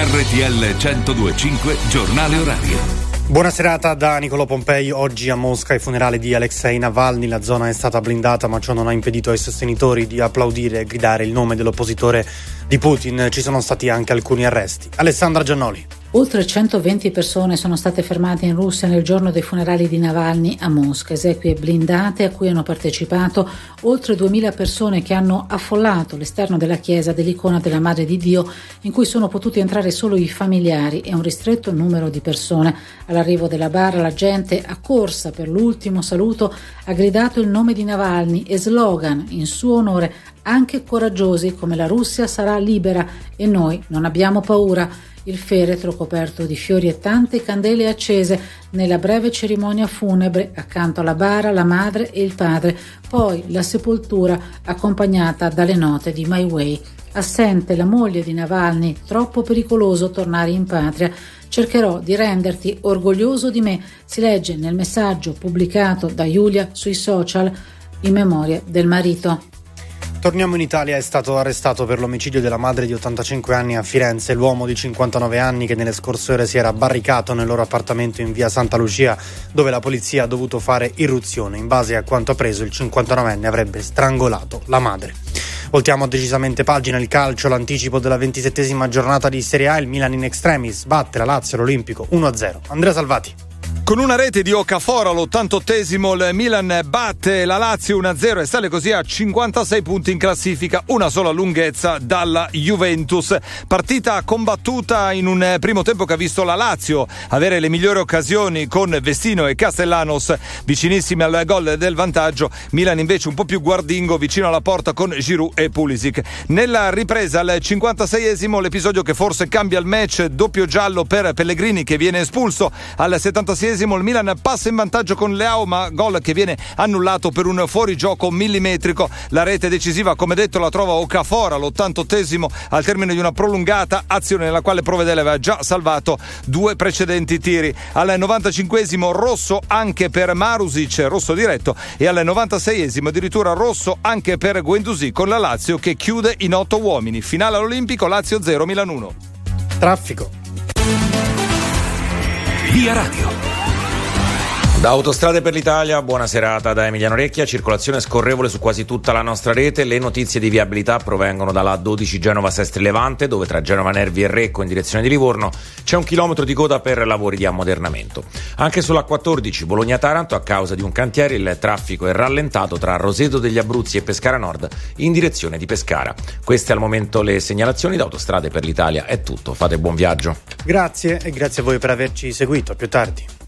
RTL 102.5 Giornale Orario. Buona serata da Nicolò Pompei. Oggi a Mosca i funerali di Alexei Navalny. La zona è stata blindata, ma ciò non ha impedito ai sostenitori di applaudire e gridare il nome dell'oppositore di Putin. Ci sono stati anche alcuni arresti. Alessandra Giannoli. Oltre 120 persone sono state fermate in Russia nel giorno dei funerali di Navalny a Mosca, esequie blindate a cui hanno partecipato oltre 2000 persone che hanno affollato l'esterno della chiesa dell'icona della Madre di Dio, in cui sono potuti entrare solo i familiari e un ristretto numero di persone. All'arrivo della bara la gente, accorsa per l'ultimo saluto, ha gridato il nome di Navalny e slogan in suo onore, anche coraggiosi come la Russia sarà libera e noi non abbiamo paura. Il feretro coperto di fiori e tante candele accese nella breve cerimonia funebre, accanto alla bara la madre e il padre, poi la sepoltura accompagnata dalle note di My Way. Assente la moglie di Navalny, troppo pericoloso tornare in patria. Cercherò di renderti orgoglioso di me, si legge nel messaggio pubblicato da Giulia sui social in memoria del marito. Torniamo in Italia. È stato arrestato per l'omicidio della madre di 85 anni a Firenze l'uomo di 59 anni che nelle scorse ore si era barricato nel loro appartamento in via Santa Lucia, dove la polizia ha dovuto fare irruzione. In base a quanto appreso, il 59enne avrebbe strangolato la madre. Voltiamo decisamente pagina. Il calcio, l'anticipo della 27esima giornata di Serie A. Il Milan in extremis batte la Lazio all'Olimpico 1-0. Andrea Salvati. Con una rete di Okafor all'88esimo il Milan batte la Lazio 1-0 e sale così a 56 punti in classifica, una sola lunghezza dalla Juventus. Partita combattuta in un primo tempo che ha visto la Lazio avere le migliori occasioni con Vestino e Castellanos vicinissimi al gol del vantaggio, Milan invece un po' più guardingo vicino alla porta con Giroud e Pulisic. Nella ripresa al 56esimo l'episodio che forse cambia il match, doppio giallo per Pellegrini che viene espulso. Al 76esimo il Milan passa in vantaggio con Leao, ma gol che viene annullato per un fuorigioco millimetrico. La rete decisiva, come detto, la trova Okafor all'88esimo al termine di una prolungata azione nella quale Provedel aveva già salvato due precedenti tiri. Al 95esimo rosso anche per Marusic, rosso diretto, e al 96esimo addirittura rosso anche per Guendouzi con la Lazio che chiude in 8 uomini. Finale all'Olimpico, Lazio 0 Milan 1. Traffico. Via Radio. Da Autostrade per l'Italia, buona serata da Emiliano Recchia. Circolazione scorrevole su quasi tutta la nostra rete. Le notizie di viabilità provengono dalla A12 Genova-Sestri Levante, dove tra Genova Nervi e Recco in direzione di Livorno c'è 1 chilometro di coda per lavori di ammodernamento. Anche sulla A14 Bologna-Taranto, a causa di un cantiere, il traffico è rallentato tra Roseto degli Abruzzi e Pescara Nord in direzione di Pescara. Queste al momento le segnalazioni. Da Autostrade per l'Italia è tutto. Fate buon viaggio. Grazie e grazie a voi per averci seguito. A più tardi.